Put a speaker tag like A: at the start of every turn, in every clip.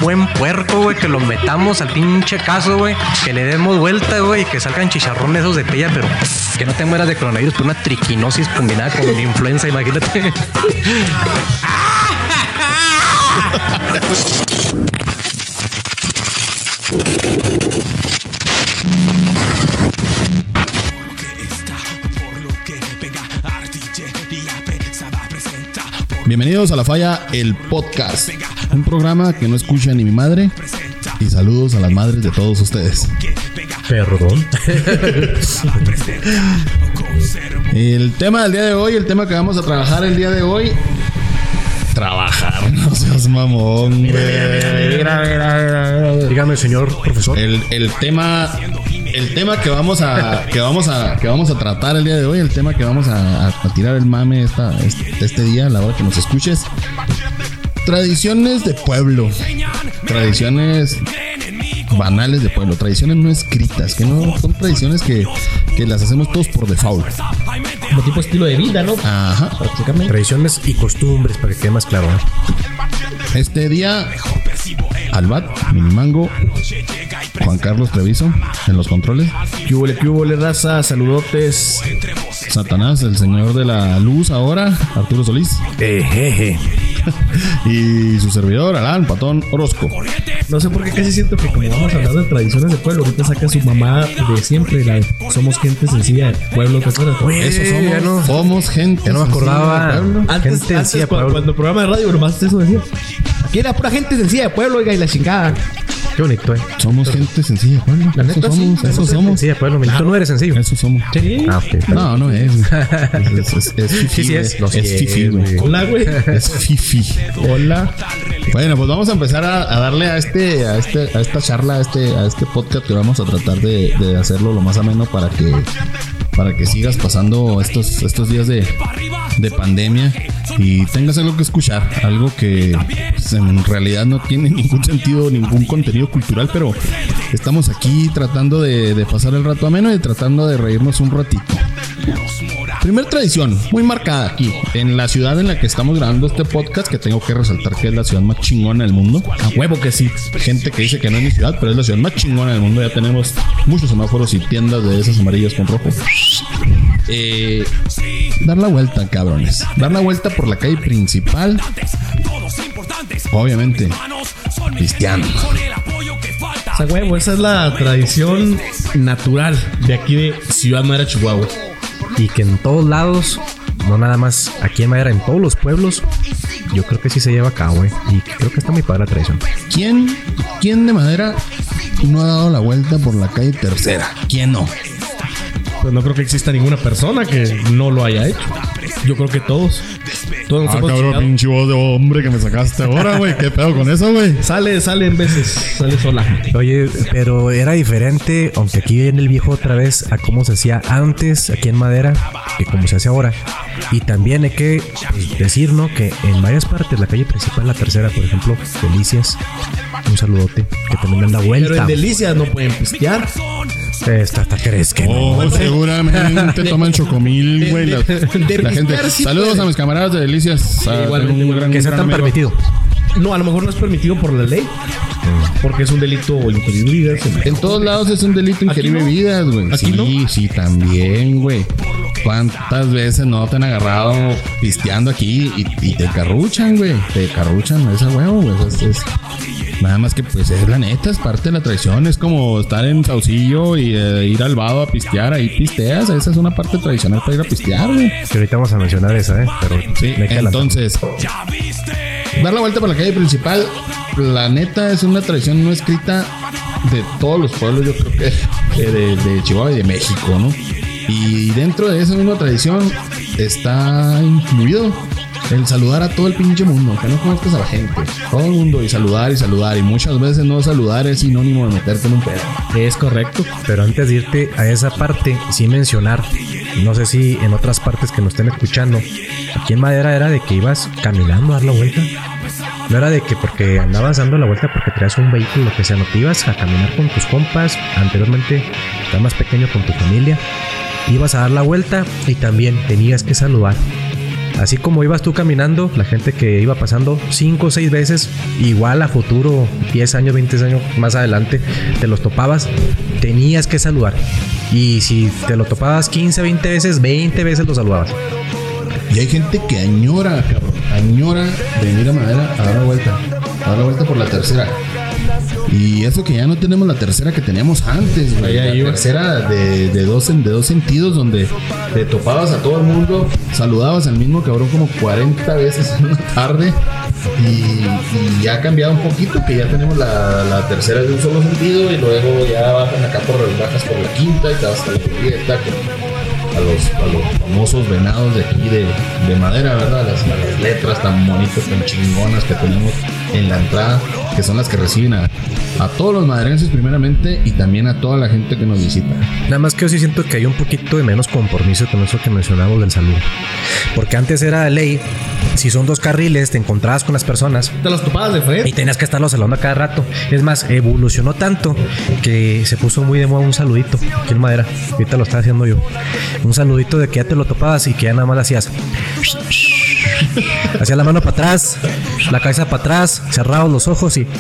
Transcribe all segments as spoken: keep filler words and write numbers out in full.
A: buen puerco, güey, que lo metamos al pinche caso, güey, que le demos vuelta, güey, y que salgan chicharrones esos de pella, pero que no te mueras de coronavirus por una triquinosis combinada con influenza, imagínate.
B: Bienvenidos a La Falla, el podcast, un programa que no escucha ni mi madre. Y saludos a las madres de todos ustedes.
A: Perdón.
B: El tema del día de hoy, el tema que vamos a trabajar el día de hoy. Trabajar, no seas mamón, güey.
A: Dígame, señor profesor.
B: El, el tema, el tema que vamos a, que vamos a, que vamos a tratar el día de hoy, el tema que vamos a, a, a tirar el mame esta, este, este día, a la hora que nos escuches. Tradiciones de pueblo, tradiciones banales de pueblo, tradiciones no escritas, que no son tradiciones que, que las hacemos todos por default.
C: Como tipo estilo de vida, ¿no?
B: Ajá,
C: prácticamente.
A: Tradiciones y costumbres, para que quede más claro, ¿eh?
B: Este día, Albat, Minimango, Juan Carlos Treviso en los controles.
C: ¿Qué hubo, qué hubo, raza? Saludotes.
B: Satanás, el señor de la luz ahora, Arturo Solís.
A: Ejeje.
B: Y su servidor, Alan Patón Orozco.
C: No sé por qué casi siento que como vamos a hablar de tradiciones de pueblo, ahorita saca su mamá de siempre, la de somos gente sencilla de pueblo, ¿te acuerdas?
B: Eso somos, no, somos gente
A: ya no me acordaba
B: de pueblo.
C: Antes,
B: gente
C: antes
B: sencilla
C: cuando, cuando el programa de radio nomás eso decía. Aquí era pura gente sencilla de pueblo, oiga, y la chingada.
A: Qué bonito, eh.
B: Somos Pero, gente sencilla de pueblo.
C: La neta,
B: eso somos,
C: sí,
B: eso somos.
A: Sencilla de pueblo, claro. Tú no eres sencillo.
B: Eso somos.
C: Sí.
A: Ah, okay,
B: no, no es. Es, es, es fifi,
A: sí, sí es.
B: No, es fifi, güey.
C: Hola, güey.
B: Es fifi.
C: Hola.
B: Bueno, pues vamos a empezar a, a darle a este, a este, a esta charla, a este, a este podcast que vamos a tratar de, de hacerlo lo más ameno para que, para que sigas pasando estos, estos días de, de pandemia y tengas algo que escuchar, algo que pues, en realidad no tiene ningún sentido, ningún contenido cultural, pero estamos aquí tratando de, de pasar el rato ameno y tratando de reírnos un ratito. Primer tradición, muy marcada aquí, en la ciudad en la que estamos grabando este podcast, que tengo que resaltar que es la ciudad más chingona del mundo. A huevo que sí. Gente que dice que no es mi ciudad, pero es la ciudad más chingona del mundo. Ya tenemos muchos semáforos y tiendas de esas amarillas con rojo. Eh, dar la vuelta, cabrones. Dar la vuelta por la calle principal. Obviamente, cristiano.
C: O sea, huevo, esa es la tradición natural de aquí de Ciudad Madera, Chihuahua.
A: Y que en todos lados, no nada más aquí en Madera, en todos los pueblos, yo creo que sí se lleva a cabo, güey. Y creo que está muy padre la tradición.
B: ¿Quién, quién de Madera no ha dado la vuelta por la calle Tercera? ¿Quién no?
C: Pues no creo que exista ninguna persona que no lo haya hecho. Yo creo que todos. Todos nos
B: ah,
C: hemos
B: cabrón,
C: chingado.
B: pinche voz de hombre que me sacaste ahora, güey. ¿Qué pedo con eso, güey?
C: Sale, sale en veces. Sale sola.
A: Oye, pero era diferente, aunque aquí en el viejo otra vez, a cómo se hacía antes aquí en Madera, que como se hace ahora. Y también hay que pues, decir, ¿no? Que en varias partes, la calle principal, la Tercera, por ejemplo, Delicias, un saludote, que también anda vuelta.
C: Pero en Delicias no pueden pistear.
A: Esta, hasta crees que
B: oh,
A: no.
B: Seguramente toman chocomil, güey. La,
C: de
B: la gente.
C: sí
B: Saludos
C: puede.
B: A mis camaradas de Delicias.
C: Sí,
B: a,
C: igual,
B: un
C: igual,
B: gran,
A: que sea
B: gran
A: tan
B: amigo.
A: permitido.
C: No, a lo mejor no es permitido por la ley. Porque es un delito ingerir bebidas.
B: En todos lados es un delito ingerir
C: no?
B: bebidas, güey.
C: ¿Aquí
B: Sí,
C: no?
B: sí, también, güey. ¿Cuántas veces no te han agarrado pisteando aquí y, y te carruchan, güey? Te carruchan esa huevo, güey. Es, es, nada más que, pues, es la neta, es parte de la tradición. Es como estar en Saucillo y eh, ir al vado a pistear. Ahí pisteas. Esa es una parte tradicional para ir a pistear, güey.
A: Que ahorita vamos a mencionar esa, ¿eh? Pero
B: sí, entonces, dar la vuelta por la calle principal, la neta, es una tradición no escrita de todos los pueblos, yo creo que de, de Chihuahua y de México, ¿no? Y dentro de esa misma tradición está incluido el saludar a todo el pinche mundo, que no conozcas a la gente, todo el mundo, y saludar y saludar, y muchas veces no saludar es sinónimo de meterte en un pedo.
C: Es correcto.
A: Pero antes de irte a esa parte, sí mencionar, no sé si en otras partes que nos estén escuchando, aquí en Madera era de que ibas caminando a dar la vuelta. No era de que porque andabas dando la vuelta porque traías un vehículo, lo que sea, no te ibas a caminar con tus compas, anteriormente estabas más pequeño con tu familia, ibas a dar la vuelta y también tenías que saludar Así como ibas tú caminando, la gente que iba pasando cinco o seis veces, igual a futuro, diez años, veinte años más adelante, te los topabas, tenías que saludar. Y si te lo topabas quince, veinte veces, veinte veces lo saludabas.
B: Y hay gente que añora, cabrón, añora venir a Madera a dar la vuelta, a dar la vuelta por la tercera. Y eso que ya no tenemos la tercera que teníamos antes, güey. La tercera de, de, dos, de dos sentidos, donde te topabas a todo el mundo, saludabas al mismo cabrón como cuarenta veces en una tarde. Y, y ya ha cambiado un poquito, que ya tenemos la, la tercera de un solo sentido, y luego ya bajan acá por bajas por la quinta y te vas a la Glorieta, a los, a los famosos venados de aquí de, de Madera, ¿verdad? Las, las letras tan bonitas, tan chingonas que tenemos en la entrada, que son las que reciben a, a todos los maderenses primeramente, y también a toda la gente que nos visita.
A: Nada más que yo sí siento que hay un poquito de menos compromiso con eso que mencionamos del saludo, porque antes era ley, si son dos carriles te encontrabas con las personas,
C: te los topabas de frente
A: y tenías que estarlos saludando a cada rato. Es más, evolucionó tanto que se puso muy de moda un saludito aquí en Madera. Ahorita lo estaba haciendo yo, un saludito de que ya te lo topabas y que ya nada más hacías hacías la mano para atrás, la cabeza para atrás, cerrados los ojos y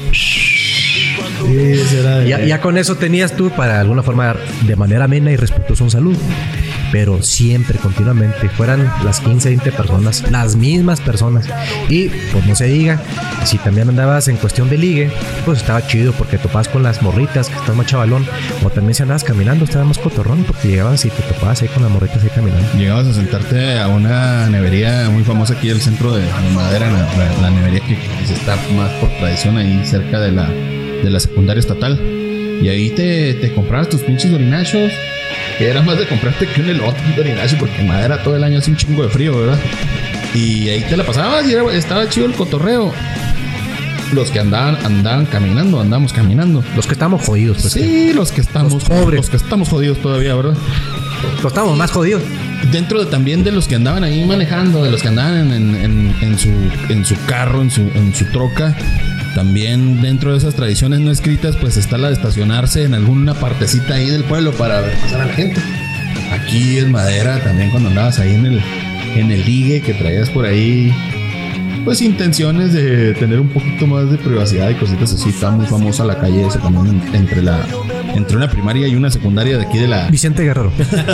C: sí, será de...
A: ya, ya con eso tenías tú para de alguna forma de manera amena y respetuosa un saludo. Pero siempre, continuamente, fueran las quince, veinte personas, las mismas personas. Y pues no se diga, si también andabas en cuestión de ligue, pues estaba chido porque topabas con las morritas, que estás más chavalón. O también si andabas caminando, estaba más cotorrón, porque llegabas y te topabas ahí con las morritas ahí caminando.
B: Llegabas a sentarte a una nevería muy famosa aquí del centro de Madera, la, la, la nevería que está más por tradición ahí cerca de la, de la secundaria estatal. Y ahí te, te comprabas tus pinches orinachos, que era más de comprarte que un elote de orinacho, porque en Madera todo el año hace un chingo de frío, ¿verdad? Y ahí te la pasabas y era, estaba chido el cotorreo. Los que andaban, andaban caminando, andamos caminando.
A: Los que estamos jodidos, pues.
B: Sí, los que estamos
A: los pobres.
B: Los que estamos jodidos todavía, ¿verdad?
A: Los estamos más jodidos.
B: Dentro de, también de los que andaban ahí manejando, de los que andaban en, en, en, su, en su carro, en su, en su troca. También dentro de esas tradiciones no escritas, pues está la de estacionarse en alguna partecita ahí del pueblo para ver pasar a la gente. Aquí en Madera, también cuando andabas ahí en el, en el ligue, que traías por ahí, pues intenciones de tener un poquito más de privacidad y cositas así. Está muy famosa la calle esa también, entre la entre una primaria y una secundaria de aquí de la...
A: Vicente Guerrero.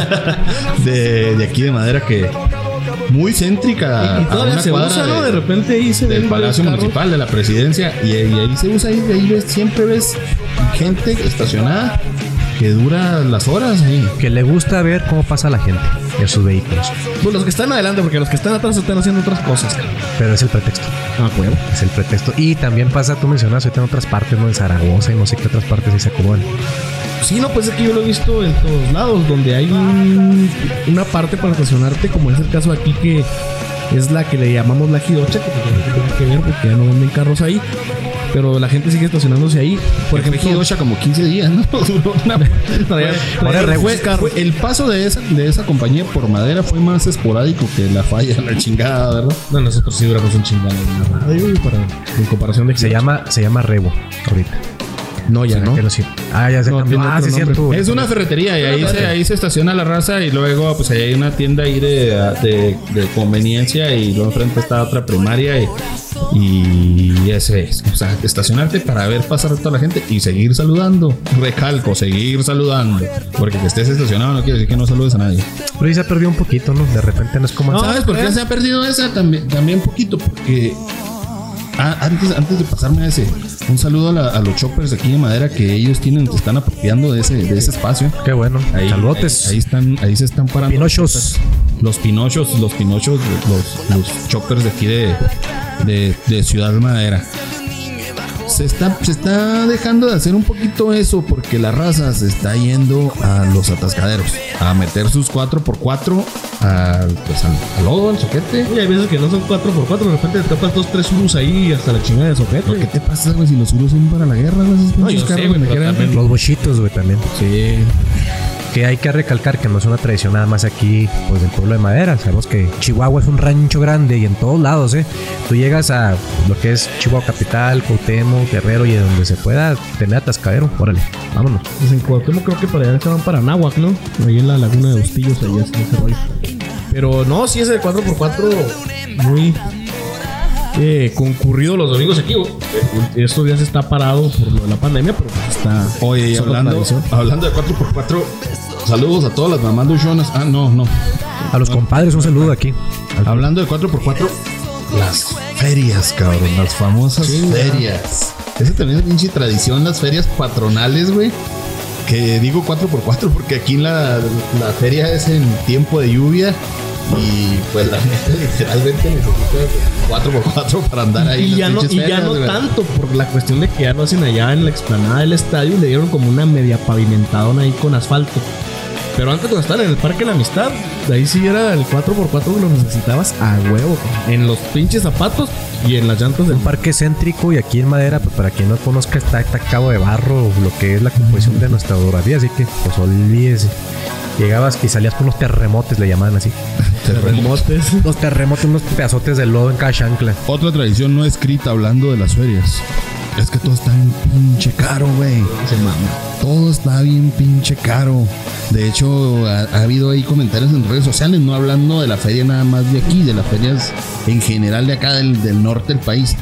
B: de, de aquí de Madera, que... muy céntrica,
C: y, y todavía
B: a una
C: se
B: cuadra
C: usa,
B: de,
C: ¿no? De repente ahí se
B: del Palacio Municipal, de la Presidencia, y, y ahí se usa, ahí, ahí ves, siempre ves gente estacionada que dura las horas ahí.
A: Que le gusta ver cómo pasa la gente en sus vehículos.
C: Pues los que están adelante, porque los que están atrás están haciendo otras cosas.
A: Pero es el pretexto.
C: Ah, bueno.
A: Es el pretexto. Y también pasa, tú mencionas ahorita en otras partes, ¿no? En Zaragoza y no sé qué otras partes ahí se acomodan.
C: Sí, no, pues es que yo lo he visto en todos lados, donde hay un, una parte para estacionarte, como es el caso aquí, que es la que le llamamos la Jirocha, que no tiene que ver porque ya no venden carros ahí, pero la gente sigue estacionándose ahí. Por ejemplo,
B: Jirocha como quince días, ¿no? Duró una...
C: traía,
B: traía fue, fue, fue, el paso de esa, de esa compañía por Madera fue más esporádico que la falla, la chingada, ¿verdad?
C: No, nosotros sí duramos un chingado para, en comparación de
A: se llama, se llama Revo ahorita.
B: No, ya no.
A: no sí. Ah, ya se
B: no,
A: cambió. Ah, sí, es cierto.
B: Es una ferretería y ahí se, ahí se estaciona la raza, y luego pues ahí hay una tienda ahí de, de, de conveniencia, y luego enfrente está otra primaria, y, y ese es. O sea, estacionarte para ver pasar a toda la gente y seguir saludando. Recalco, seguir saludando. Porque que estés estacionado no quiere decir que no saludes a nadie.
A: Pero ahí se ha perdido un poquito, ¿no? De repente no es como...
B: No, ¿sabes por qué se ha perdido esa? También, también un poquito, porque... Ah, antes, antes de pasarme a ese, un saludo a, la, a los choppers de aquí de Madera, que ellos tienen, se están apropiando de ese, de ese espacio.
A: Qué bueno.
B: Ahí,
A: Saludotes.
B: Ahí, ahí están, ahí se están parando.
A: Pinochos.
B: Los pinochos, los pinochos, los, los choppers de aquí de, de, de Ciudad Madera. Se está, se está dejando de hacer un poquito eso, porque la raza se está yendo a los atascaderos, a meter sus cuatro por cuatro al, pues al, al lodo, al soquete.
C: Y hay veces que no son cuatro por cuatro, de repente te tapas dos, tres urus ahí hasta la chingada de soquete.
B: ¿Por qué te pasa, güey? Si los urus son para la guerra, güey.
C: No, yo sé, güey,
A: también los bochitos, güey, también.
B: Sí.
A: Que hay que recalcar que no es una tradición nada más aquí, pues del pueblo de Madera. Sabemos que Chihuahua es un rancho grande y en todos lados, ¿eh? Tú llegas a lo que es Chihuahua Capital, Cuauhtémoc, Guerrero, y donde se pueda tener atascadero, órale, vámonos.
C: Pues en Cuauhtémoc creo que para allá se van para Náhuac, ¿no? Ahí en la laguna de Bustillos, ahí es ese rollo. Pero no, sí, ese de cuatro por cuatro muy eh, concurrido los domingos aquí. Estos días está parado por lo de la pandemia, pero pues está.
B: Oye, y hablando, hablando de cuatro por cuatro, saludos a todas las mamás luchonas. Ah, no, no.
A: A los compadres, un saludo aquí.
B: Hablando de cuatro por cuatro, las ferias, cabrón. Las famosas sí, ferias. Esa también es pinche tradición, las ferias patronales, güey. Que digo cuatro por cuatro porque aquí la, la feria es en tiempo de lluvia. Y pues la neta literalmente necesita cuatro por cuatro para andar ahí.
C: Y ya no, y ya no tanto por la cuestión de que ya lo hacen allá en la explanada del estadio y le dieron como una media pavimentadona ahí con asfalto. Pero antes cuando estaban en el Parque de la Amistad, de ahí sí era el cuatro por cuatro que lo necesitabas a huevo, en los pinches zapatos y en las llantas del
A: un parque céntrico. Y aquí en Madera, pues para quien no conozca, está este Cabo de Barro, lo que es la composición de nuestra orografía, así que pues olvídese. Llegabas y salías por unos terremotes, le llamaban así.
C: Terremotes.
A: Los terremotes, unos pedazotes de lodo en cada chancla.
B: Otra tradición no escrita hablando de las ferias. Es que todo está bien pinche caro, güey.
C: Se mama.
B: Todo está bien pinche caro. De hecho, ha, ha habido ahí comentarios en redes sociales, no hablando de la feria nada más de aquí, de las ferias en general de acá del, del norte del país.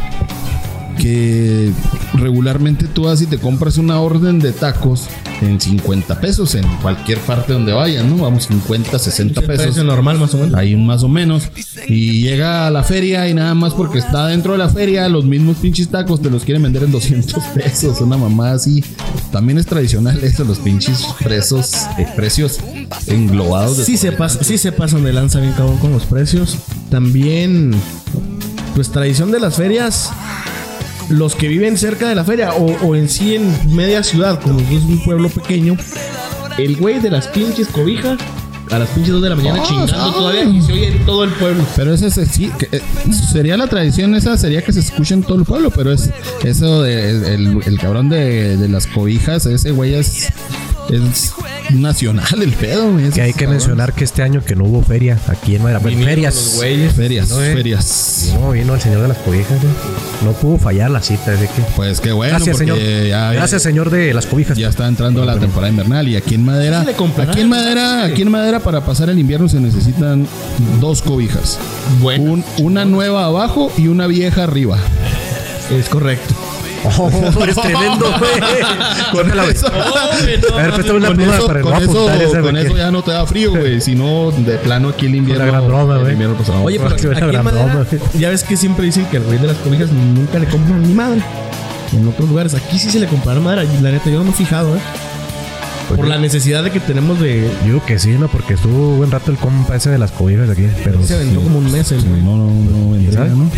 B: Que regularmente tú vas y te compras una orden de tacos en cincuenta pesos en cualquier parte donde vayas, ¿no? Vamos, cincuenta, sesenta pesos.
C: Precio normal más o menos.
B: Ahí más o menos. Y llega a la feria y nada más porque está dentro de la feria, los mismos pinches tacos te los quieren vender en doscientos pesos. Una mamada así. También es tradicional eso, los pinches presos, eh, precios englobados. De
C: sí, se pasa, sí se pasan de lanza bien cabrón con los precios. También, pues tradición de las ferias. Los que viven cerca de la feria o, o en sí en media ciudad, como es un pueblo pequeño, el güey de las pinches cobijas a las pinches dos de la mañana oh, chingando oh. todavía y se oye en todo el pueblo.
B: Pero ese sí, que, eh, sería la tradición esa, sería que se escuche en todo el pueblo, pero es eso de el, el cabrón de, de las cobijas, ese güey es, es nacional el pedo, güey.
A: Que hay que cabrón. mencionar que este año que no hubo feria aquí en Madera. Ferias.
B: Güeyes, ferias,
A: no, eh.
B: ferias.
A: No, vino el señor de las cobijas, güey. No pudo fallar la cita, de que.
B: Pues qué bueno.
A: Gracias, señor. Ya, Gracias, señor de las cobijas.
B: Ya está entrando la temporada invernal y aquí en Madera, aquí en Madera, aquí en Madera para pasar el invierno se necesitan dos cobijas. Bueno. Un, una nueva abajo y una vieja arriba.
C: Es correcto.
A: Oh, es tremendo, güey. Con la
B: eso,
A: oh, a ver, préstame una pluma para no apuntar esa.
B: Con eso ya no te da frío, güey. Si no, de plano aquí el invierno.
A: Una gran broma, güey.
C: Oye, pero aquí en Madera, ya ves que siempre dicen que el güey de las cobijas nunca le compran ni madre. En otros lugares, aquí sí se le compraron madera. Y la neta, yo no me he fijado, eh. Por la necesidad de que tenemos de.
A: Yo digo que sí, ¿no? Porque estuvo buen rato el compa ese de las cobijas aquí. Pero
C: se vendió sí, como un mes, el güey.
B: No, no, no vendría, ¿no?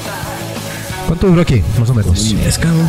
A: ¿Cuánto duró aquí? Más o menos.
B: Un mes, cabrón.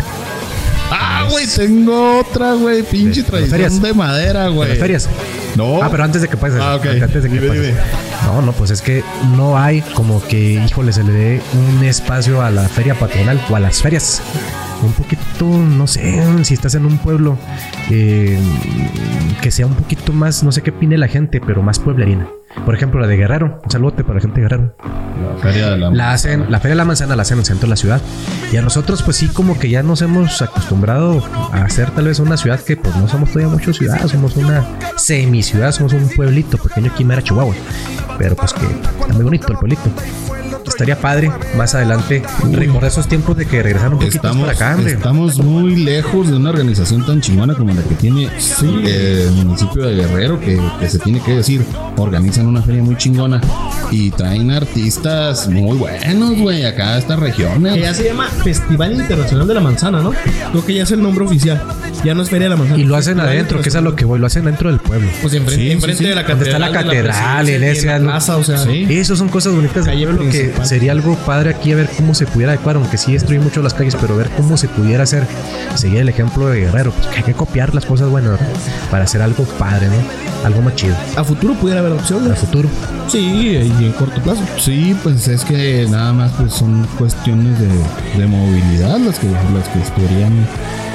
B: Ah, güey, tengo otra, güey. Pinche tradición de madera, güey.
A: ¿De las ferias?
B: No.
A: Ah, pero antes de que pase.
B: Ah, ok.
A: Antes de que
B: dime,
A: pase.
B: Dime.
A: No, no, pues es que no hay como que, híjole, se le dé un espacio a la feria patronal o a las ferias. Un poquito, no sé, si estás en un pueblo eh, que sea un poquito más, no sé qué opine la gente, pero más pueblerina. Por ejemplo, la de Guerrero. Un saludote para la gente de Guerrero.
B: La feria de la,
A: la hacen, la feria de la manzana la hacen en el centro de la ciudad. Y a nosotros, pues sí, como que ya nos hemos acostumbrado a hacer tal vez una ciudad que pues no somos todavía mucho ciudad, somos una semi-ciudad, somos un pueblito pequeño aquí en Mera, Chihuahua. Pero pues que está muy bonito el pueblito. Estaría padre más adelante recordar esos tiempos de que regresaron un poquito
B: estamos,
A: para acá, hombre.
B: Estamos muy lejos de una organización tan chingona como la que tiene sí. eh, el municipio de Guerrero, que, que se tiene que decir, organizan una feria muy chingona y traen artistas muy buenos, güey, acá a estas regiones.
C: Que ya se llama Festival Internacional de la Manzana, ¿no? Creo que ya es el nombre oficial. Ya no es Feria de la Manzana.
A: Y lo hacen adentro, que es a lo que voy, lo hacen dentro del pueblo.
C: Pues enfrente,
B: sí,
C: enfrente
B: sí, sí.
C: de la catedral.
A: Donde está la catedral, la iglesia,
C: la plaza, o sea,
A: sí. Eso son cosas bonitas del pueblo que sería algo padre aquí a ver cómo se pudiera adecuar, aunque sí destruye mucho las calles, pero ver cómo se pudiera hacer, seguir el ejemplo de Guerrero, pues que hay que copiar las cosas buenas, ¿no? Para hacer algo padre, ¿no? Algo más chido.
C: A futuro pudiera haber opciones.
A: A futuro.
C: Sí, y en corto plazo.
B: Sí, pues es que nada más pues son cuestiones de, de movilidad las que, las que podrían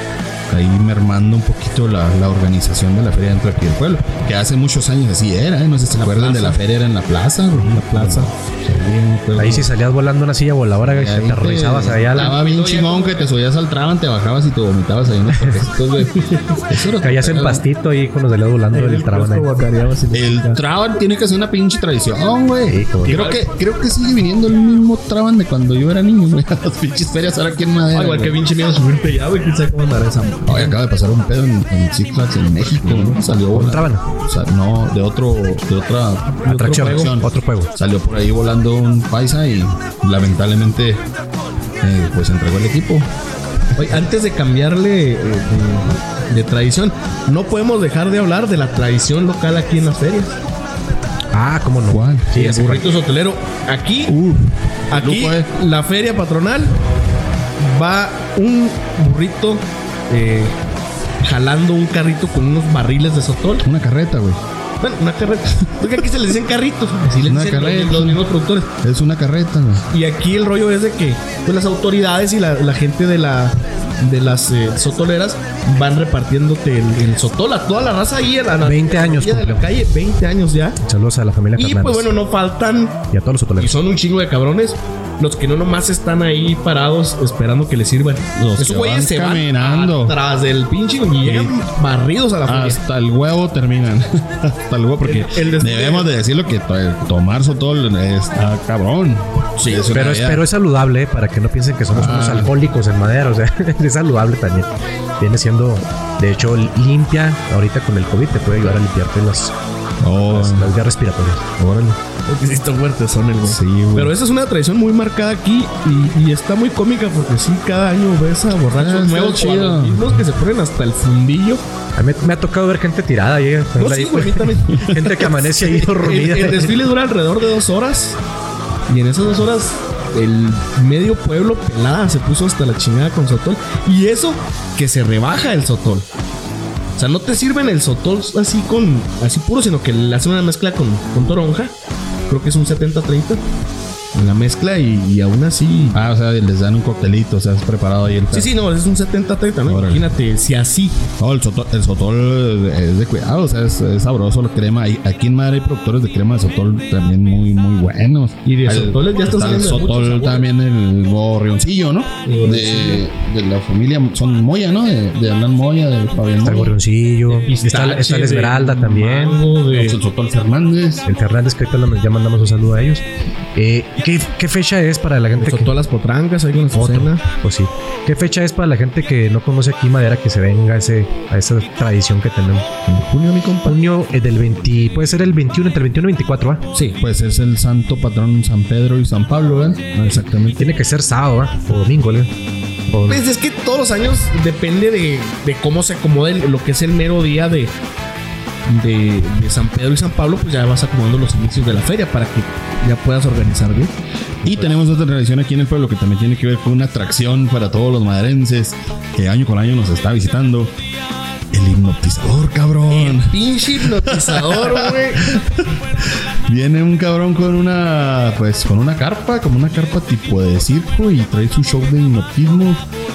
B: ahí mermando un poquito la, la organización de la feria dentro de aquí del pueblo. Que hace muchos años así era, ¿eh? No sé si se acuerdan de la feria, era en la plaza, güey. En la plaza. Sí,
A: ahí si salías volando una silla voladora, güey, te aterrizabas allá.
B: Estaba bien chingón que te subías al Traban, te bajabas y te vomitabas ahí unos toquecitos, güey.
A: Caías en pastito ahí con los de volando del Traban.
B: El Traban tiene que ser una pinche tradición, güey. Sí, creo que creo que sigue viniendo el mismo Traban de cuando yo era niño, güey. Las pinches ferias ahora aquí en Madera.
C: Ah, igual que pinche miedo subirte ya, güey. ¿Quién sabe cómo andar esa?
B: Oye, acaba de pasar un pedo en, en Six Flags en México, ¿no? Salió
A: un Traban.
B: O sea, no, de otro, de otra
A: atracción, otro juego. Otro juego.
B: Salió por ahí volando un paisa y lamentablemente, eh, pues entregó el equipo.
C: Oye, antes de cambiarle eh, de, de tradición, no podemos dejar de hablar de la tradición local aquí en las ferias.
A: Ah, ¿cómo no?
C: ¿Cuál? Sí, el burrito sotelero. Aquí, uh, aquí lujo, eh. la feria patronal va un burrito eh, jalando un carrito con unos barriles de sotol.
B: Una carreta, güey.
C: Bueno, una carreta. Porque aquí se les dicen carritos. Así les
B: una
C: dicen
B: carreta,
C: los, los mismos productores.
B: Es una carreta, güey.
C: Y aquí el rollo es de que pues, las autoridades y la, la gente de la de las eh, sotoleras van repartiéndote el, el sotol a toda la raza ahí a la,
A: veinte años
C: de la calle, veinte años ya.
A: Saludos a la familia
C: Fernández. Y pues bueno, no faltan
A: y a todos los sotoleros.
C: Y son un chingo de cabrones los que no nomás están ahí parados esperando que les sirvan.
B: Los Esos güeyes se van
C: caminando atrás del pinche y llegan sí. barridos a la feria.
B: Hasta el huevo terminan. Hasta el huevo porque el, el debemos de decirlo que tomar sotol está cabrón.
A: Sí, es pero, es, pero es saludable, ¿eh? Para que no piensen que somos ah. unos alcohólicos en Madera. O sea, es saludable también. Viene siendo, de hecho, limpia. Ahorita con el COVID te puede ayudar a limpiarte las, oh. las, las vías respiratorias.
C: Órale. Porque sí están fuertes son el güey. Sí, güey. Pero esa es una tradición muy marcada aquí y, y está muy cómica porque sí, cada año ves a borrachos ah, nuevos chidos que se ponen hasta el fundillo.
A: A mí me ha tocado ver gente tirada ahí.
C: No, sí, güey, también.
A: Gente que amanece ahí dormida.
C: El, el desfile dura alrededor de dos horas y en esas dos horas el medio pueblo pelada se puso hasta la chingada con sotol. Y eso que se rebaja el sotol. O sea, no te sirven el sotol así con así puro, sino que le hacen una mezcla con, con toronja. Creo que es un setenta treinta en la mezcla y, y aún así.
B: Ah, o sea, les dan un coctelito, o sea, has preparado ahí el.
C: Sí, sí, no, es un setenta treinta, ¿no? Órale. Imagínate, si así.
B: No, el sotol, el sotol es de cuidado, o sea, es, es sabroso la crema. Aquí en Madera hay productores de crema de sotol también muy, muy buenos.
C: Y de sotoles ya están saliendo.
B: El sotol también, el gorrioncillo, ¿no? De, de la familia, son Moya, ¿no? De, de Alan Moya, de Fabián.
A: Está el gorrioncillo, está, está la Esmeralda de también.
B: Mango, de... El sotol Fernández.
A: El Fernández, que ahorita ya mandamos un saludo a ellos. Eh, ¿qué, ¿Qué fecha es para la gente?
C: Son que... todas las potrangas ahí con la cena.
A: Pues sí. ¿Qué fecha es para la gente que no conoce aquí Madera que se venga a, ese, a esa tradición que tenemos?
B: En junio, mi compa.
A: Junio eh, del veinte, puede ser el veintiuno, entre el veintiuno y veinticuatro, ¿ah?
B: Sí, pues es el santo patrón San Pedro y San Pablo, ¿verdad?
A: Ah, exactamente. Tiene que ser sábado, ¿ah? O domingo, ¿eh?
C: O... Pues es que todos los años depende de, de cómo se acomode lo que es el mero día de. De, de San Pedro y San Pablo, pues ya vas acomodando los inicios de la feria para que ya puedas organizar bien.
B: Y pues tenemos otra tradición aquí en el pueblo que también tiene que ver con una atracción para todos los maderenses que año con año nos está visitando. El hipnotizador, cabrón.
C: El pinche hipnotizador, güey.
B: Viene un cabrón con una, pues, con una carpa, como una carpa tipo de circo y trae su show de hipnotismo.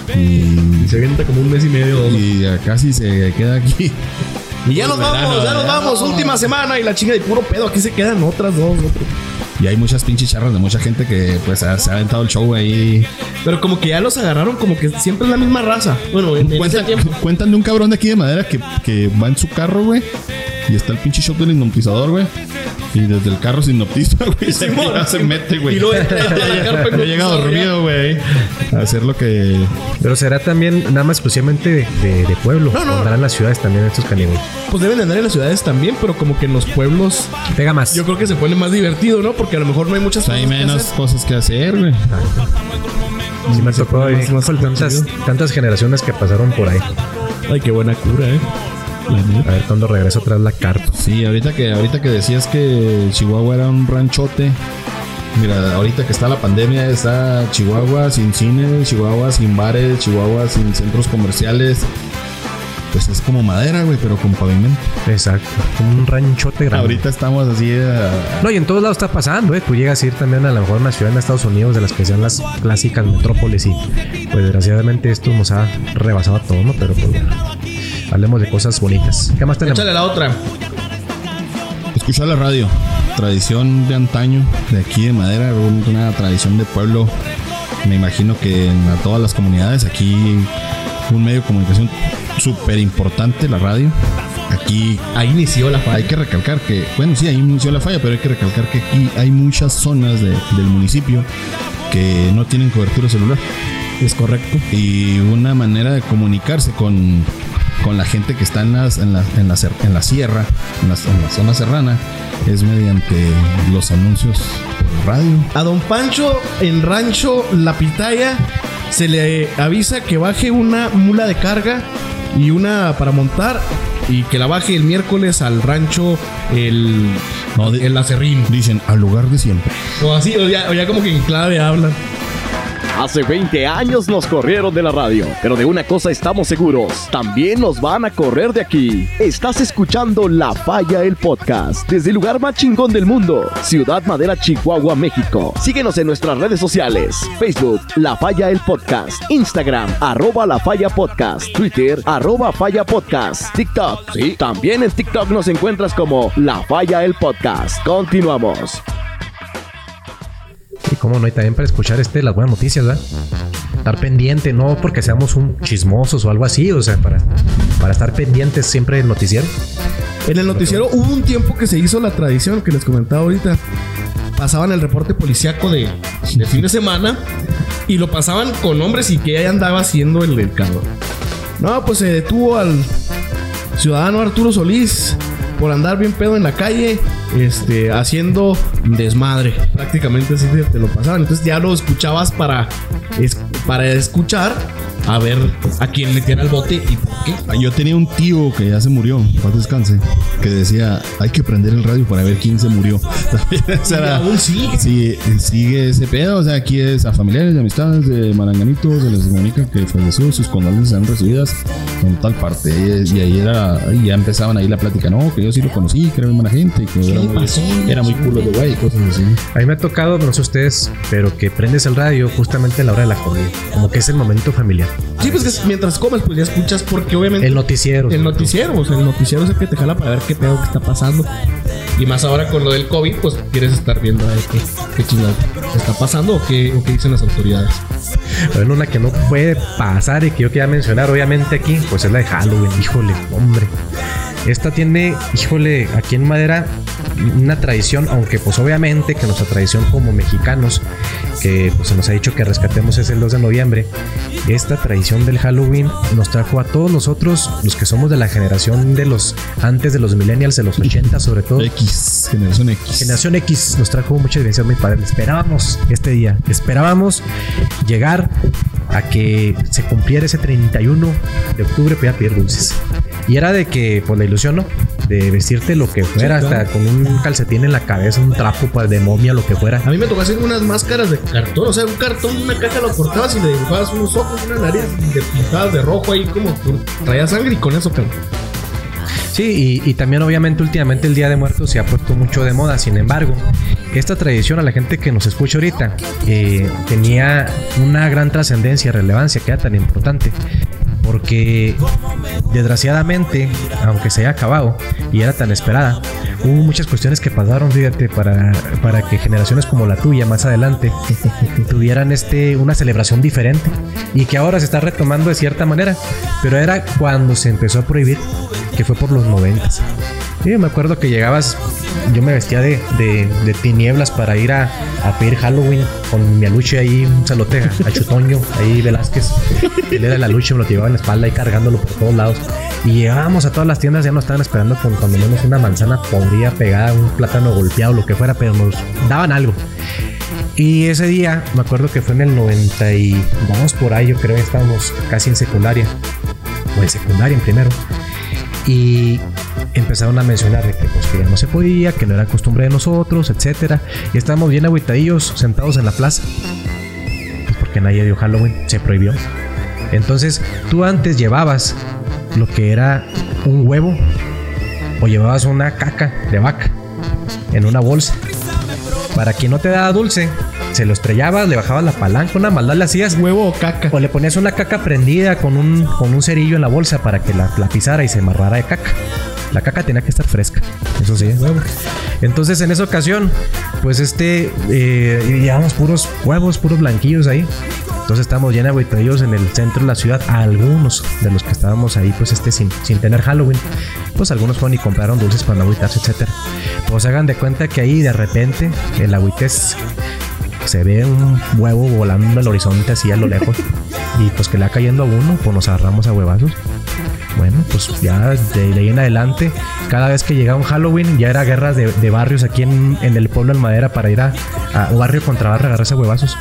B: Y
C: se avienta como un mes y medio.
B: Y ya casi se queda aquí.
C: Y ya nos verano, vamos, ya nos vamos. Última semana y la chinga de puro pedo. Aquí se quedan otras dos. Otro.
B: Y hay muchas pinches charras de mucha gente que pues ha, se ha aventado el show ahí.
C: Pero como que ya los agarraron como que siempre es la misma raza. Bueno, en,
B: cuentan,
C: en ese tiempo.
B: Cuentan de un cabrón de aquí de Madera que, que va en su carro, güey. Y está el pinche show del hipnotizador, güey. Y desde el carro se hipnotiza, güey. Se, se mete, güey.
C: Y luego
B: he llegado dormido, güey. A hacer lo que...
A: Pero será también nada más exclusivamente de, de, de pueblo.
C: No, no.
A: Andarán en las ciudades también estos caníbales.
C: Pues deben de andar en las ciudades también, pero como que en los pueblos...
A: Pega más.
C: Yo creo que se pone más divertido, ¿no? Porque a lo mejor no hay muchas
B: cosas. Hay menos que cosas que hacer, güey.
A: Sí me tocó ahí. Tantas, tantas generaciones que pasaron por ahí.
C: Ay, qué buena cura, eh.
A: A ver cuándo regresa otra vez la carta.
B: Sí, ahorita que, ahorita que decías que Chihuahua era un ranchote. Mira, ahorita que está la pandemia, está Chihuahua sin cine, Chihuahua sin bares, Chihuahua sin centros comerciales. pues es como madera, güey, pero con pavimento.
A: Exacto, como un ranchote grande.
B: Ahorita estamos así. Uh...
A: No, y en todos lados está pasando, ¿eh? Tú llegas a ir también a lo mejor a una ciudad en Estados Unidos de las que sean las clásicas metrópolis y pues desgraciadamente esto nos ha rebasado a todo, ¿no? Pero pues bueno, hablemos de cosas bonitas. ¿Qué más tenemos?
C: Échale la otra.
B: Escuchar la radio. Tradición de antaño, de aquí de Madera, una tradición de pueblo. Me imagino que en a todas las comunidades, aquí un medio de comunicación súper importante, la radio. Aquí
C: ahí inició la falla.
B: Hay que recalcar que, bueno, sí, ahí inició la falla, pero hay que recalcar que aquí hay muchas zonas de, del municipio que no tienen cobertura celular.
C: Es correcto.
B: Y una manera de comunicarse con, con la gente que está en, las, en, la, en, la, en la sierra, en la, en la zona serrana, es mediante los anuncios por radio.
C: A don Pancho en Rancho La Pitaya se le avisa que baje una mula de carga y una para montar y que la baje el miércoles al rancho el,
B: no, de,
C: el Acerrín.
B: Dicen al lugar de siempre.
C: O así, o ya, o ya como que en clave hablan.
D: Hace veinte años nos corrieron de la radio, pero de una cosa estamos seguros, también nos van a correr de aquí. Estás escuchando La Falla, el podcast, desde el lugar más chingón del mundo, Ciudad Madera, Chihuahua, México. Síguenos en nuestras redes sociales, Facebook, La Falla, el podcast, Instagram, arroba La Falla Podcast, Twitter, arroba Falla Podcast, TikTok, sí, también en TikTok nos encuentras como La Falla, el podcast. Continuamos.
A: Y cómo no, y también para escuchar este las buenas noticias, ¿verdad? Estar pendiente, no porque seamos un chismosos o algo así, o sea, para, para estar pendientes siempre del noticiero.
C: En el noticiero hubo un tiempo que se hizo la tradición que les comentaba ahorita. Pasaban el reporte policíaco de, de fin de semana y lo pasaban con nombres y que ahí andaba haciendo el, el cabrón. No, pues se detuvo al ciudadano Arturo Solís por andar bien pedo en la calle, este, haciendo desmadre. Prácticamente así te, te lo pasaban. Entonces ya lo escuchabas para, es, para escuchar a ver a quién metiera el bote y por qué.
B: Yo tenía un tío que ya se murió, paz descanse, que decía, hay que prender el radio para ver quién se murió. O sea, era,
C: aún sigue.
B: Sí, sigue ese pedo. O sea, aquí es a familiares y amistades de Maranganito, se les comunica que falleció, sus condolencias serán recibidas en tal parte. Y, y ahí era, y ya empezaban ahí la plática, no, que yo sí lo conocí, que era muy buena gente, que era muy, era muy culo de güey y cosas así.
A: A mí me ha tocado, no sé ustedes, pero que prendes el radio justamente a la hora de la comida, como que es el momento familiar.
C: Sí, pues que mientras comes, pues ya escuchas, porque obviamente
A: el noticiero.
C: El noticiero, o sea, el noticiero es el que te jala para ver qué pedo que está pasando. Y más ahora con lo del COVID, pues quieres estar viendo a ver qué, qué chingado está pasando o qué, o qué dicen las autoridades.
A: Bueno, una que no puede pasar y que yo quería mencionar, obviamente, aquí, pues es la de Halloween. Híjole, hombre. Esta tiene, híjole, aquí en Madera, una tradición, aunque pues obviamente que nuestra tradición como mexicanos, que pues se nos ha dicho que rescatemos es el dos de noviembre, esta tradición del Halloween nos trajo a todos nosotros, los que somos de la generación de los, antes de los millennials, de los ochenta sobre todo.
B: X, generación X.
A: Generación X nos trajo mucha evidencia muy padre. Esperábamos este día, esperábamos llegar a que se cumpliera ese treinta y uno de octubre para pedir dulces. Y era de que, pues la ilusión, ¿no? De vestirte lo que fuera, sí, claro, hasta con un calcetín en la cabeza, un trapo pues, de momia, lo que fuera.
C: A mí me tocó hacer unas máscaras de cartón, o sea, un cartón, una caja lo cortabas y le dibujabas unos ojos, una nariz, y le pintabas de rojo ahí como traía sangre y con eso, pero...
A: Sí, y, y también obviamente últimamente el Día de Muertos se ha puesto mucho de moda. Sin embargo, esta tradición a la gente que nos escucha ahorita eh, tenía una gran trascendencia y relevancia que era tan importante. Porque desgraciadamente, aunque se haya acabado y era tan esperada, hubo muchas cuestiones que pasaron, fíjate, para, para que generaciones como la tuya más adelante tuvieran este, una celebración diferente y que ahora se está retomando de cierta manera, pero era cuando se empezó a prohibir, que fue por los noventas. Sí, me acuerdo que llegabas, yo me vestía de, de, de tinieblas para ir a, a pedir Halloween con mi aluche ahí, un salote a Chutoño, ahí Velázquez. Él era el aluche, me lo llevaba en la espalda ahí cargándolo por todos lados. Y llegábamos a todas las tiendas, ya nos estaban esperando con cuando menos una manzana podrida pegada, un plátano golpeado, lo que fuera, pero nos daban algo. Y ese día, me acuerdo que fue en el noventa y dos por ahí, yo creo que estábamos casi en secundaria, o en secundaria en primero. Y empezaron a mencionar de que, pues, que ya no se podía, que no era costumbre de nosotros, etcétera. Y estábamos bien agüitadillos sentados en la plaza, pues porque nadie dio Halloween, se prohibió. Entonces tú antes llevabas lo que era un huevo o llevabas una caca de vaca en una bolsa. Para quien no te daba dulce, se lo estrellabas, le bajabas la palanca, una maldad le hacías.
C: Huevo o caca.
A: O le ponías una caca prendida con un, con un cerillo en la bolsa para que la, la pisara y se amarrara de caca. La caca tenía que estar fresca, eso sí, huevo. Entonces en esa ocasión, pues este, eh, llevábamos puros huevos, puros blanquillos ahí. Entonces estábamos llenos de agüitadillos en el centro de la ciudad. A algunos de los que estábamos ahí, pues este, sin, sin tener Halloween, pues algunos fueron y compraron dulces para no agüitarse, etcétera. Pues hagan de cuenta que ahí de repente el agüites se ve un huevo volando en el horizonte así a lo lejos. Y pues que le va cayendo a uno, pues nos agarramos a huevazos. Bueno, pues ya de ahí en adelante, cada vez que llegaba un Halloween, ya era guerras de, de barrios aquí en, en el pueblo en Madera para ir a, a barrio contra barrio a agarrarse a huevazos.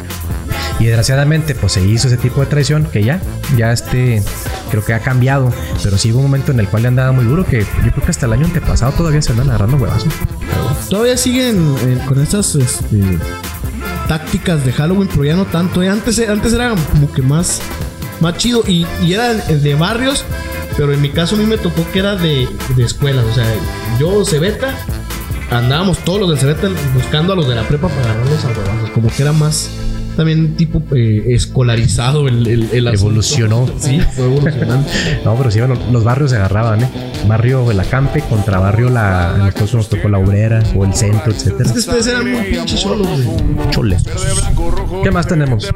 A: Y desgraciadamente pues se hizo ese tipo de tradición que ya, ya este, creo que ha cambiado. Pero sí hubo un momento en el cual le andaba muy duro, que yo creo que hasta el año antepasado todavía se andan agarrando huevazos.
C: Todavía siguen eh, con estas este, tácticas de Halloween, pero ya no tanto. Eh. Antes, antes era como que más, más chido y, y era de barrios, pero en mi caso a mí me tocó que era de, de escuelas. O sea, yo, Cebeta, andábamos todos los del Cebeta buscando a los de la prepa para agarrarlos a huevazos. Como que era más... También tipo eh, escolarizado el, el, el
A: evolucionó.
C: Sí, fue evolucionando.
A: No, pero sí, bueno, los barrios se agarraban, ¿eh? Barrio el Acampe contra barrio la... En este caso nos tocó la Obrera o el Centro, etcétera.
C: Es que ustedes eran muy pinches cholos, güey.
A: Choles. ¿Qué más tenemos?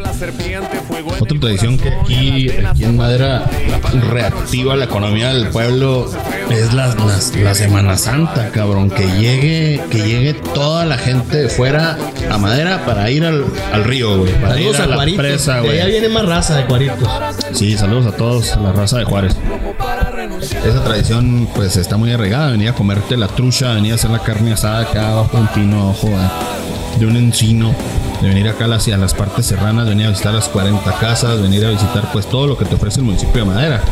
B: Otra tradición que aquí, aquí en Madera reactiva la economía del pueblo es la, la, la Semana Santa, cabrón. Que llegue, que llegue toda la gente de fuera a Madera para ir al, al río, güey. Para
C: saludos
B: ir a,
C: a
B: la
C: Cuaritos.
B: presa,
C: De
B: güey.
C: allá viene más raza de Cuaritos.
B: Sí, saludos a todos, la raza de Juárez. Esa tradición pues está muy arraigada. Venir a comerte la trucha, venir a hacer la carne asada acá bajo un pino, ojo, de un encino, de venir acá hacia las partes serranas, venir a visitar las cuarenta casas, venir a visitar pues todo lo que te ofrece el municipio de Madera.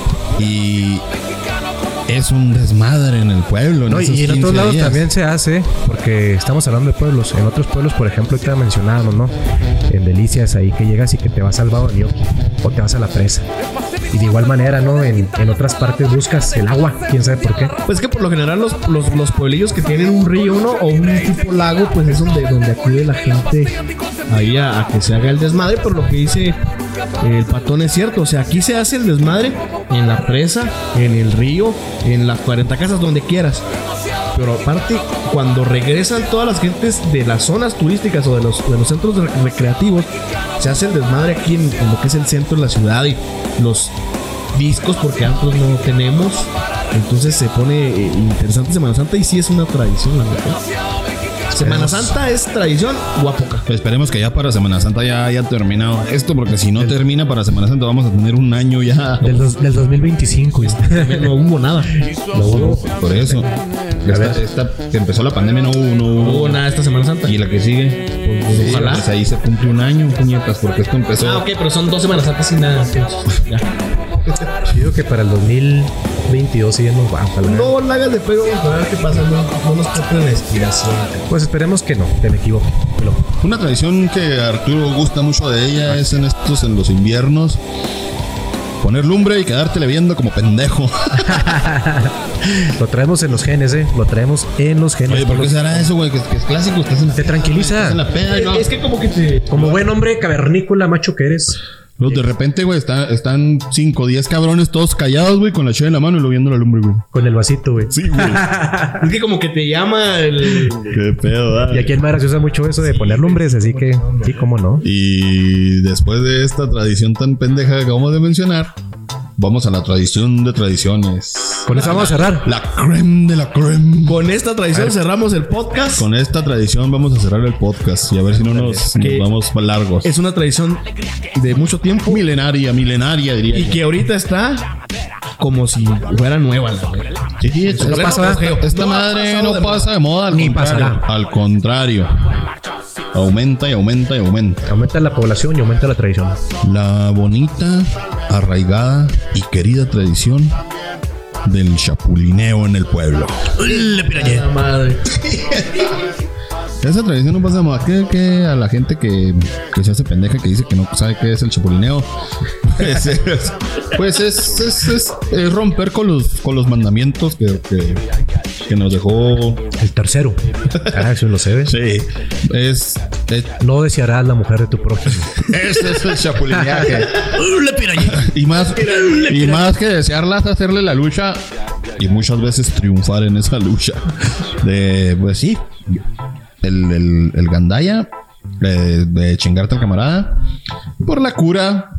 B: Y es un desmadre en el pueblo. En
A: No, y en otros lados días también se hace, porque estamos hablando de pueblos. En otros pueblos, por ejemplo, ahorita mencionábamos, ¿no? En Delicias, ahí que llegas y que te vas al Valle de Nioqui o te vas a la presa. Y de igual manera, ¿no? En, en otras partes buscas el agua, quién sabe por qué.
C: Pues que por lo general los, los, los pueblillos que tienen un río, ¿no? O un tipo lago, pues es donde, donde acude la gente ahí a, a que se haga el desmadre. Pero lo que dice el Patón es cierto. O sea, aquí se hace el desmadre en la presa, en el río, en las cuarenta casas, donde quieras. Pero aparte, cuando regresan todas las gentes de las zonas turísticas o de los, de los centros recreativos, se hace el desmadre aquí en, en lo que es el centro de la ciudad y los discos, porque antes no tenemos. Entonces se pone eh, interesante Semana Santa y sí es una tradición, la verdad. Semana Santa es tradición guapoca.
B: Esperemos que ya para Semana Santa ya haya terminado esto, porque si no termina para Semana Santa vamos a tener un año ya
A: del, dos, del dos mil veinticinco.
C: No hubo nada.
B: No hubo, por eso. Esta, esta, que empezó la pandemia no hubo, no hubo,
C: no hubo nada esta Semana Santa.
B: Y la que sigue, pues, pues, sí, ojalá. Pues ahí se cumple un año, puñetas, porque esto empezó.
C: Ah, ok, pero son dos Semanas Santas sin nada. Entonces, ya.
A: Digo que para el dos mil veintidós sí ya nos va. Ojalá.
C: No la hagas de fuego, a ver qué pasa. No, no nos toquen la inspiración.
A: Pues esperemos que no, que me equivoco. Pero...
B: Una tradición que a Arturo gusta mucho de ella es en estos, en los inviernos, poner lumbre y quedártele viendo como pendejo.
A: Lo traemos en los genes, eh. Lo traemos en los genes.
B: Oye, ¿por qué será eso, güey? Que, que es clásico. Estás en la
A: te tranquiliza.
B: Estás en la peda y no.
C: Es que como que te...
A: Como buen hombre cavernícola, macho que eres.
B: Los de repente, güey, está, están cinco o diez cabrones todos callados, güey, con la chela en la mano y lo viendo la lumbre, güey.
A: Con el vasito, güey.
B: Sí, güey.
C: Es que como que te llama el...
B: Qué pedo, ¿verdad?
A: Y aquí en Madera se usa mucho eso de poner lumbres, así que sí, cómo no.
B: Y después de esta tradición tan pendeja que acabamos de mencionar, vamos a la tradición de tradiciones.
A: Con eso vamos a cerrar.
B: La creme de la creme.
C: Con esta tradición cerramos el podcast.
B: Con esta tradición vamos a cerrar el podcast y a ver si no nos, nos vamos largos.
C: Es una tradición de mucho tiempo.
B: Milenaria, milenaria diría.
C: Y
B: yo.
C: que ahorita está como si fuera nueva la güey.
B: Sí, sí, esto
A: no pasa,
B: esta
C: no
B: madre no pasa de moda, al
A: ni
B: contrario.
A: pasará.
B: Al contrario. Aumenta y aumenta y aumenta.
A: Aumenta la población y aumenta la tradición.
B: La bonita, arraigada y querida tradición del chapulineo en el pueblo.
C: Le pirañé. La madre.
B: Esa tradición no pasa de moda. Que, que a la gente que, que se hace pendeja, que dice que no sabe qué es el chapulineo, Pues es, pues es, es, es, es romper con los, con los mandamientos que, que, que nos dejó.
A: El tercero. Ah, eso lo sé, ¿ves?
B: Sí. Es, es.
A: No desearás la mujer de tu prójimo.
B: Ese es el chapulineaje. Y más, y más que desearlas, hacerle la lucha y muchas veces triunfar en esa lucha. De, pues sí, el, el, el gandaya, de, de chingarte al camarada por la cura,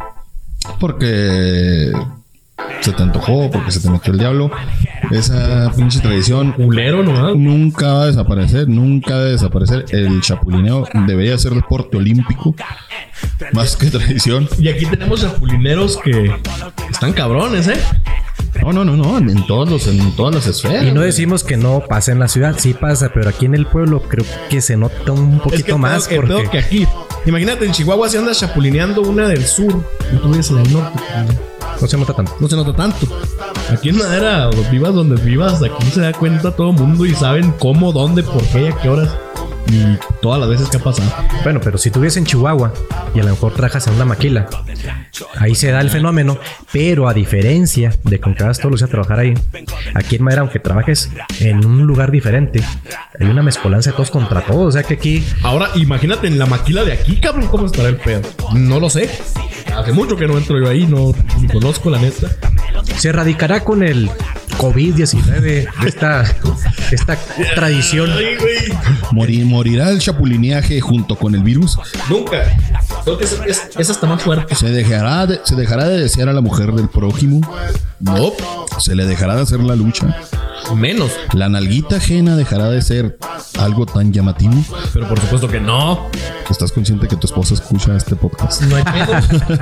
B: porque se te antojó, porque se te metió el diablo. Esa pinche tradición
C: culero, ¿no?
B: Nunca va a desaparecer, nunca va a desaparecer. El chapulineo debería ser deporte olímpico más que tradición.
C: Y aquí tenemos chapulineros que están cabrones, ¿eh?
B: No, no, no, no, en todos los, en todas las esferas.
A: Y no decimos que no pasa en la ciudad, sí pasa, pero aquí en el pueblo creo que se nota un poquito
C: es que
A: más.
C: Tengo,
A: porque...
C: tengo que aquí, imagínate, en Chihuahua si andas chapulineando una del sur y tú ves la del norte.
A: No se nota tanto.
C: No se nota tanto. Aquí en Madera, vivas donde vivas, aquí se da cuenta todo el mundo y saben cómo, dónde, por qué, a qué horas. Y todas las veces que ha pasado.
A: Bueno, pero si tuviese en Chihuahua y a lo mejor trabajas en una maquila, ahí se da el fenómeno. Pero a diferencia de con que vas todos los días a trabajar ahí, aquí en Madera, aunque trabajes en un lugar diferente, hay una mezcolanza de todos contra todos. O sea que aquí...
C: Ahora imagínate en la maquila de aquí, cabrón, cómo estará el pedo. No lo sé. Hace mucho que no entro yo ahí, no ni conozco la neta.
A: Se erradicará con el covid diecinueve esta, esta tradición.
C: Ay, güey.
B: Morir, morirá el chapulineaje junto con el virus.
C: Nunca. Creo que es, es, es hasta más fuerte.
B: Se dejará de, se dejará de desear a la mujer del prójimo.
C: No.
B: Se le dejará de hacer la lucha.
C: Menos.
B: La nalguita ajena dejará de ser algo tan llamativo.
C: Pero por supuesto que no.
B: ¿Estás consciente que tu esposa escucha este podcast?
C: No hay pedo.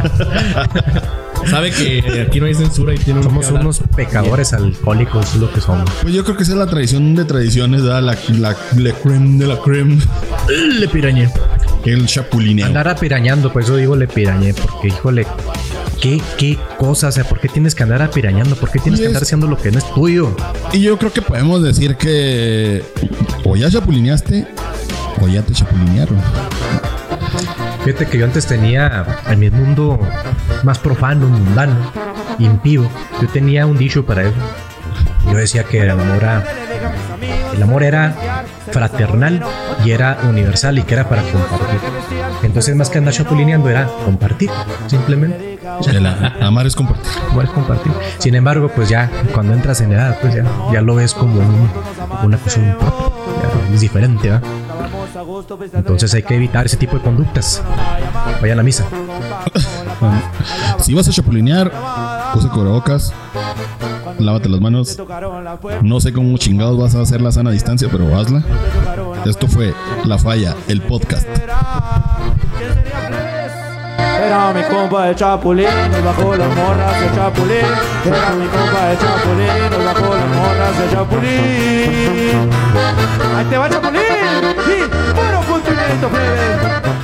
C: Sabe que aquí no hay censura y tiene
A: Somos unos pecadores alcohólicos, es lo que somos.
B: Pues yo creo que esa es la tradición de tradiciones, ¿verdad? La, la, la creme de la creme.
C: Le pirañé.
B: El chapulineo.
A: Andar apirañando, por eso digo le pirañé, porque híjole, ¿qué, qué cosa? O sea, ¿por qué tienes que andar apirañando? ¿Por qué tienes
B: Y
A: que
B: es-
A: andar haciendo lo que no es tuyo?
B: Y yo creo que podemos decir que o ya chapulineaste o ya te chapulinearon.
A: Fíjate que yo antes tenía en mi mundo más profano, mundano, impío. Yo tenía un dicho para eso. Yo decía que el amor era, el amor era fraternal y era universal y que era para compartir. Entonces, más que andar chapulineando, era compartir, simplemente.
B: El a- amar es compartir.
A: Igual compartir. Sin embargo, pues ya cuando entras en edad, pues ya, ya lo ves como un- una cosa muy propia. Ya es diferente, ¿verdad? Entonces hay que evitar ese tipo de conductas. Vayan a la misa.
B: Si vas a chapulinear, usa cubrebocas, lávate las manos. No sé cómo chingados vas a hacer la sana distancia, pero hazla. Esto fue La Falla, el podcast.
E: Era mi compa el Chapulín, nos bajó las morras el Chapulín. Era mi compa el Chapulín, nos bajó las morras el Chapulín. Ahí te va Chapulín, sí, puro cumplimiento, plebe.